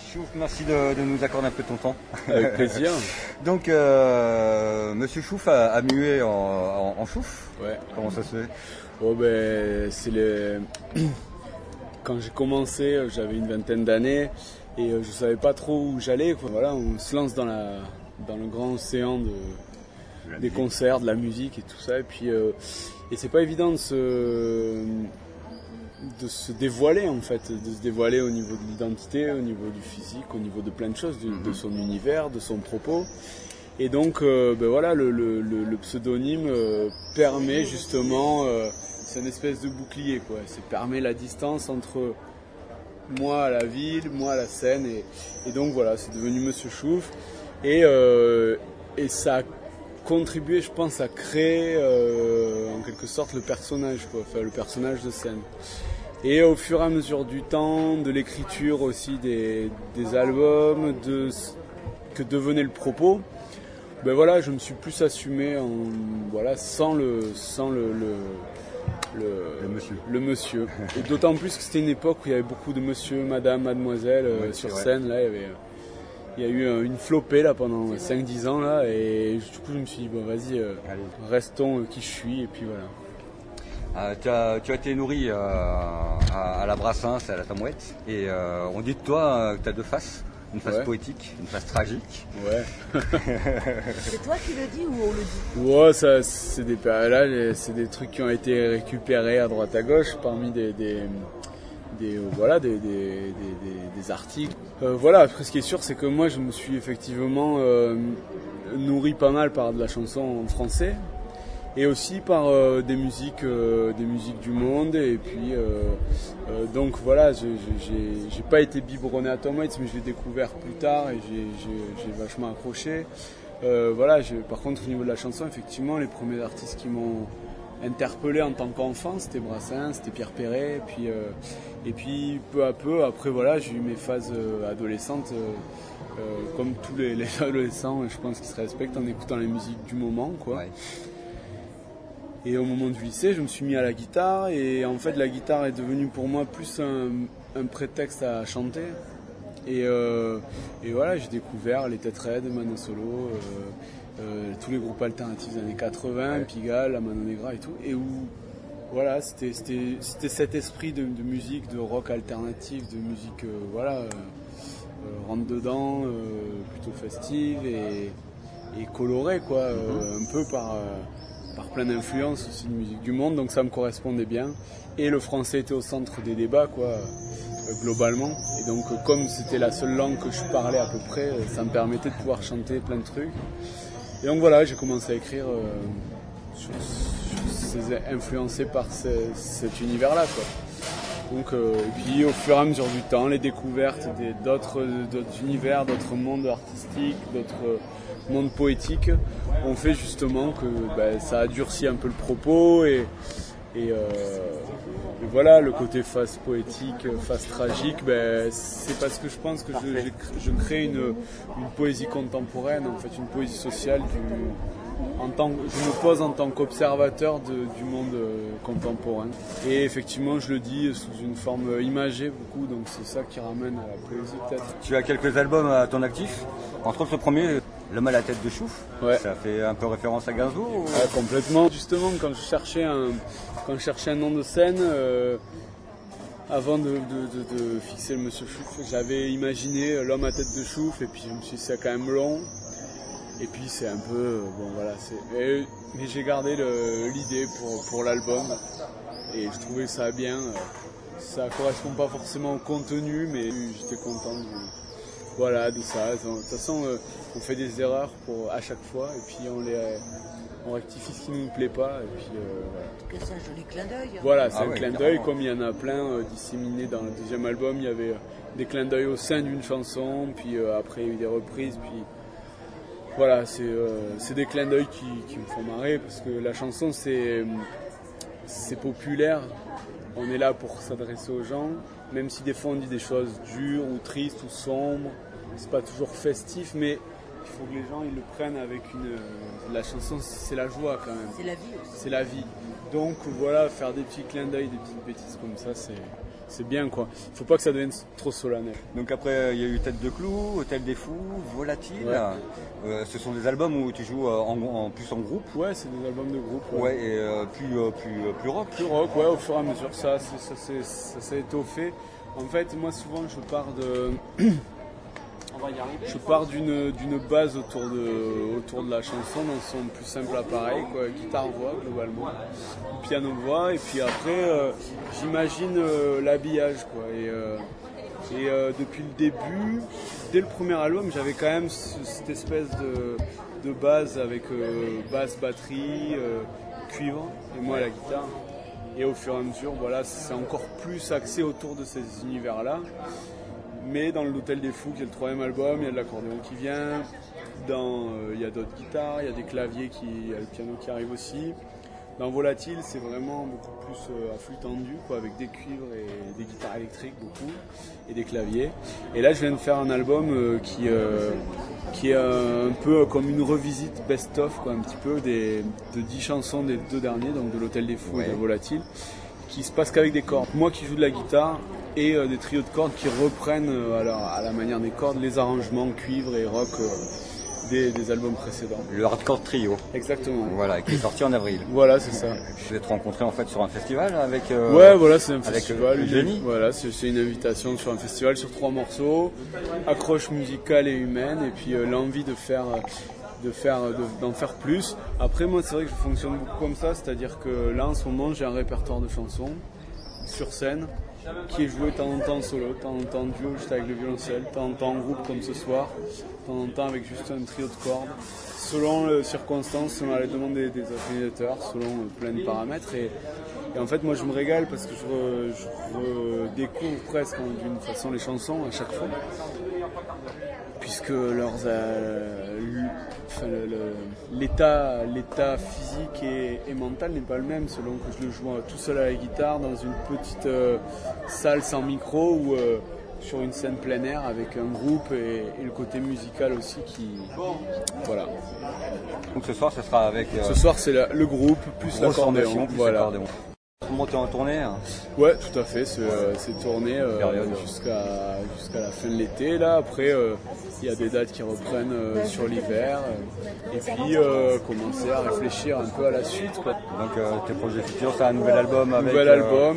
Chouf, merci de nous accorder un peu de ton temps. Avec plaisir. Donc, Monsieur Chouf a mué en Chouf. Ouais. Comment ça se fait? Oh ben, quand j'ai commencé, j'avais une vingtaine d'années et je savais pas trop où j'allais. Voilà, on se lance dans le grand océan des concerts, de la musique et tout ça. Et puis, et c'est pas évident de se dévoiler en fait, de se dévoiler au niveau de l'identité, au niveau du physique, au niveau de plein de choses, de son univers, de son propos. Et donc ben voilà, le pseudonyme permet justement, c'est une espèce de bouclier quoi, ça permet la distance entre moi à la ville, moi à la scène, et donc voilà, c'est devenu Monsieur Chouf, et ça a contribué je pense à créer en quelque sorte le personnage quoi, enfin le personnage de scène. Et au fur et à mesure du temps, de l'écriture aussi des albums, de ce que devenait le propos, ben voilà, je me suis plus assumé sans le monsieur. Et d'autant plus que c'était une époque où il y avait beaucoup de monsieur, madame, mademoiselle sur scène. Là, il y a eu une flopée là, pendant 5-10 ans là, et du coup je me suis dit bon vas-y, restons qui je suis, et puis voilà. Tu as été nourri à la Brassens, à la Tamouette, et on dit de toi que tu as deux faces. Une face poétique, une face tragique. Ouais. C'est toi qui le dis ou on le dit? Ouais, ça, c'est des trucs qui ont été récupérés à droite à gauche parmi des articles. Voilà, après ce qui est sûr, c'est que moi je me suis effectivement nourri pas mal par de la chanson en français. Et aussi par des musiques du monde, et puis donc voilà, j'ai pas été biberonné à Tom Waits, mais je l'ai découvert plus tard et j'ai vachement accroché. Voilà, par contre au niveau de la chanson, effectivement, les premiers artistes qui m'ont interpellé en tant qu'enfant, c'était Brassens, c'était Pierre Perret, et puis peu à peu, après voilà, j'ai eu mes phases adolescentes, comme tous les adolescents, je pense, qui se respectent en écoutant les musiques du moment, quoi. Ouais. Et au moment du lycée, je me suis mis à la guitare, et en fait la guitare est devenue pour moi plus un prétexte à chanter. Et voilà, j'ai découvert les Têtes Raides, Manon Solo, tous les groupes alternatifs des années 80, Pigalle, la Mano Negra et tout, et où voilà, c'était cet esprit de musique, de rock alternatif, de musique rentre dedans, plutôt festive et colorée quoi, un peu par plein d'influences aussi de musique du monde, donc ça me correspondait bien. Et le français était au centre des débats, quoi, globalement. Et donc, comme c'était la seule langue que je parlais à peu près, ça me permettait de pouvoir chanter plein de trucs. Et donc voilà, j'ai commencé à écrire influencé par cet univers-là, quoi. Donc, et puis au fur et à mesure du temps, les découvertes d'autres univers, d'autres mondes artistiques, d'autres mondes poétiques ont fait justement que ça a durci un peu le propos, et voilà, le côté face poétique, face tragique, c'est parce que je pense que je crée une poésie contemporaine, en fait, une poésie sociale je me pose en tant qu'observateur du monde contemporain. Et effectivement, je le dis sous une forme imagée beaucoup, donc c'est ça qui ramène à la poésie peut-être. Tu as quelques albums à ton actif, entre autres le premier, L'homme à la tête de Chouf. Ouais. Ça fait un peu référence à Gainsbourg ou... Ouais, complètement. Justement, quand je cherchais un nom de scène, avant de fixer le Monsieur Chouf, j'avais imaginé L'homme à tête de Chouf, et puis je me suis dit c'est quand même long. Et puis c'est un peu, bon voilà, mais j'ai gardé l'idée pour l'album, et je trouvais ça bien. Ça correspond pas forcément au contenu, mais j'étais content de ça. De toute façon, on fait des erreurs à chaque fois, et puis on rectifie ce qui ne nous plaît pas. Et puis, voilà. En tout cas, c'est un joli clin d'œil. Voilà, c'est un clin d'œil, comme il y en a plein disséminés dans le deuxième album. Il y avait des clins d'œil au sein d'une chanson, puis après il y a eu des reprises, puis... Voilà, c'est des clins d'œil qui me font marrer, parce que la chanson c'est populaire, on est là pour s'adresser aux gens, même si des fois on dit des choses dures ou tristes ou sombres, c'est pas toujours festif, mais il faut que les gens ils le prennent avec la chanson, c'est la joie quand même. C'est la vie aussi. C'est la vie. Donc voilà, faire des petits clins d'œil, des petites bêtises comme ça, c'est bien quoi. Il faut pas que ça devienne trop solennel. Donc après il y a eu Tête de Clou, Hôtel des Fous, Volatile. Ouais. Ce sont des albums où tu joues plus en groupe. Ouais, c'est des albums de groupe. Ouais, et plus rock. Plus rock, ouais, au fur et à mesure ça s'est étoffé. En fait, moi souvent je pars d'une base autour de la chanson dans son plus simple appareil, quoi, guitare-voix globalement, piano-voix, et puis après j'imagine l'habillage, quoi. Et depuis le début, dès le premier album, j'avais quand même cette espèce de base avec basse, batterie, cuivre, et moi la guitare. Et au fur et à mesure, voilà, c'est encore plus axé autour de ces univers-là. Mais dans l'Hôtel des Fous, qui est le troisième album, il y a de l'accordéon qui vient, il y a d'autres guitares, il y a des claviers, il y a le piano qui arrive aussi. Dans Volatile, c'est vraiment beaucoup plus à flux tendu, quoi, avec des cuivres et des guitares électriques beaucoup, et des claviers. Et là, je viens de faire un album qui est un peu comme une revisite best-of, quoi, un petit peu de 10 chansons des 2 derniers, donc de l'Hôtel des Fous et de Volatile, qui se passe qu'avec des cordes. Moi qui joue de la guitare et des trios de cordes qui reprennent à la manière des cordes les arrangements cuivre et rock des albums précédents. Le Hardcore Trio. Exactement. Voilà, qui est sorti en avril. Voilà, c'est ça. Vous êtes rencontrés en fait sur un festival avec. Ouais, voilà, c'est un festival. Jenny. Voilà, c'est une invitation sur un festival sur 3 morceaux, accroche musicale et humaine, et puis l'envie d'en faire plus. Après, moi, c'est vrai que je fonctionne beaucoup comme ça, c'est-à-dire que là, en ce moment, j'ai un répertoire de chansons sur scène qui est joué de temps en temps en solo, de temps en temps en duo juste avec le violoncelle, de temps en temps en groupe comme ce soir, de temps en temps avec juste un trio de cordes, selon les circonstances, selon les demandes des organisateurs, selon plein de paramètres. Et en fait, moi, je me régale parce que je redécouvre presque d'une façon les chansons à chaque fois, puisque l'état physique et mental n'est pas le même selon que je le joue tout seul à la guitare dans une petite salle sans micro ou sur une scène plein air avec un groupe et le côté musical aussi voilà. Donc ce soir, ce sera avec. Ce soir, c'est le groupe plus l'accordéon. Voilà. Monter en tournée hein. Ouais, tout à fait, c'est tourné jusqu'à la fin de l'été. Là, après, il y a des dates qui reprennent sur l'hiver. Et puis, commencer à réfléchir un peu à la suite, quoi. Donc, tes projets futurs, c'est un nouvel album avec... Nouvel album,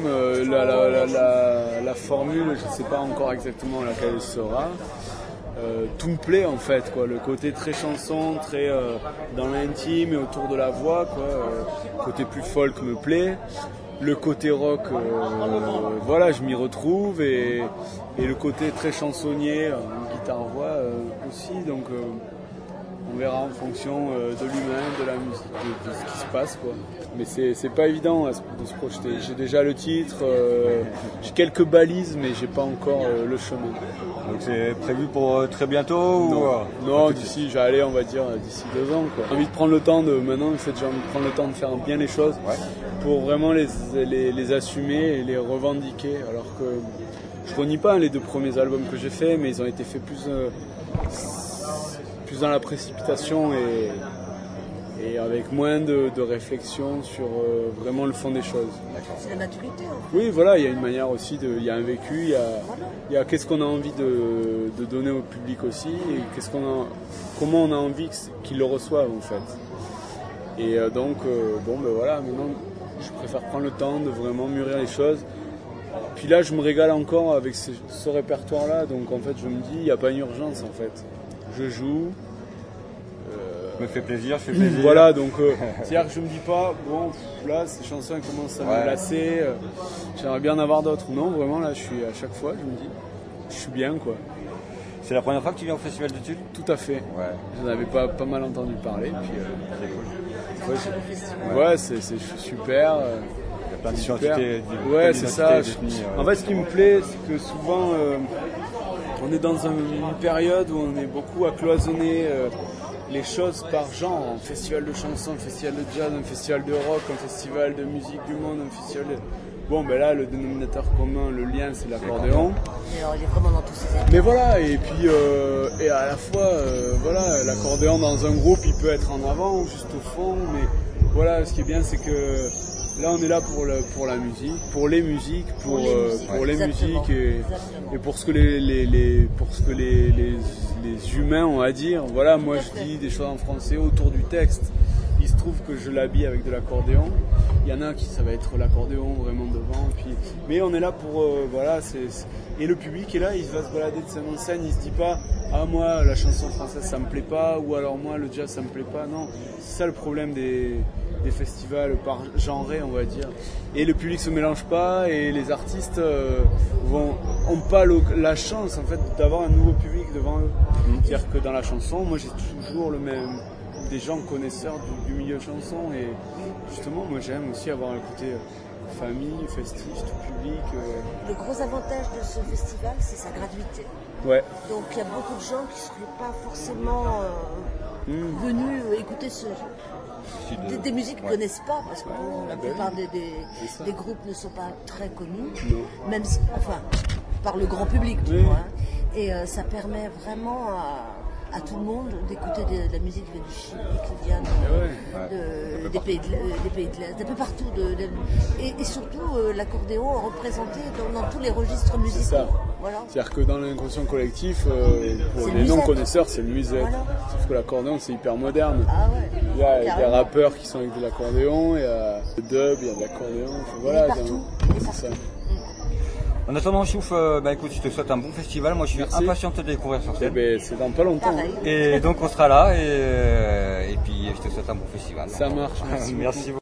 la formule, je ne sais pas encore exactement laquelle elle sera. Tout me plaît en fait, quoi. Le côté très chanson, très dans l'intime et autour de la voix, quoi. Côté plus folk me plaît. Le côté rock, voilà, je m'y retrouve et le côté très chansonnier, guitare-voix aussi. Donc on verra en fonction de l'humain, de la musique, de ce qui se passe, quoi. Mais c'est pas évident de se projeter. J'ai déjà le titre, j'ai quelques balises, mais j'ai pas encore le chemin. Donc c'est prévu pour très bientôt Non, d'ici, on va dire d'ici 2 ans, quoi. J'ai envie de prendre le temps prendre le temps de faire bien les choses pour vraiment les assumer et les revendiquer. Alors que je renie pas les 2 premiers albums que j'ai faits, mais ils ont été faits plus dans la précipitation et avec moins de réflexion sur vraiment le fond des choses. C'est la maturité. Oui, voilà, il y a une manière aussi, il y a un vécu, il y a qu'est-ce qu'on a envie de donner au public aussi et comment on a envie qu'ils le reçoivent en fait. Et donc, voilà, maintenant je préfère prendre le temps de vraiment mûrir les choses. Puis là, je me régale encore avec ce répertoire-là, donc en fait, je me dis, il n'y a pas une urgence en fait. Je joue. Je me fais plaisir, je fais plaisir. Voilà, donc c'est-à-dire que je me dis pas, bon, là, ces chansons elles commencent à me lasser, j'aimerais bien en avoir d'autres. Non, vraiment, là, à chaque fois, je me dis, je suis bien, quoi. C'est la première fois que tu viens au Festival de Tulle ? Tout à fait. Ouais. J'en avais pas mal entendu parler. Puis, c'est super. Il y a plein d'identités. Ouais, c'est ça. En fait, ce qui me plaît, c'est que souvent, on est dans une période où on est beaucoup à cloisonner les choses par genre. Un festival de chansons, un festival de jazz, un festival de rock, un festival de musique du monde, un festival de... Bon, ben là, le dénominateur commun, le lien, c'est l'accordéon. Alors, il est vraiment dans tous ces états. Mais voilà, et puis, et à la fois, voilà, l'accordéon dans un groupe, il peut être en avant ou juste au fond. Mais voilà, ce qui est bien, c'est que Là, on est là pour la musique, pour les musiques, pour les musiques et pour ce que les humains ont à dire. Voilà, moi je dis des choses en français autour du texte. Il se trouve que je l'habille avec de l'accordéon. Il y en a qui ça va être l'accordéon vraiment devant. Mais on est là pour voilà. Et le public est là, il va se balader de scène en scène. Il se dit pas ah moi la chanson française ça me plaît pas ou alors moi le jazz ça me plaît pas. Non, c'est ça le problème des festivals par genré on va dire. Et le public se mélange pas et les artistes ont pas la chance en fait d'avoir un nouveau public devant eux. C'est-à-dire que dans la chanson, moi j'ai toujours des gens connaisseurs du milieu chanson et justement moi j'aime aussi avoir un côté famille, festif, tout public. Le gros avantage de ce festival c'est sa gratuité. Ouais. Donc il y a beaucoup de gens qui ne seraient pas forcément venus écouter des musiques qu'ils ne connaissent pas parce que la plupart des groupes ne sont pas très connus, même si, enfin par le grand public du moins. Et ça permet vraiment à tout le monde d'écouter de la musique qui vient du Chili, qui vient des pays de l'Est, d'un peu partout. Et surtout l'accordéon représenté dans tous les registres musicaux. C'est ça. Voilà. C'est-à-dire que dans l'inconscient collectif, pour les non-connaisseurs, c'est le musette. Voilà. Sauf que l'accordéon, c'est hyper moderne. Ah ouais. Il y a des rappeurs qui sont avec de l'accordéon, il y a le dub, il y a de l'accordéon. Voilà, c'est ça. En attendant, Chouf, écoute, je te souhaite un bon festival. Moi, je suis impatient de te découvrir sur scène. C'est dans pas longtemps. Et donc, on sera là. Et puis, je te souhaite un bon festival. Ça marche. Merci. Merci beaucoup.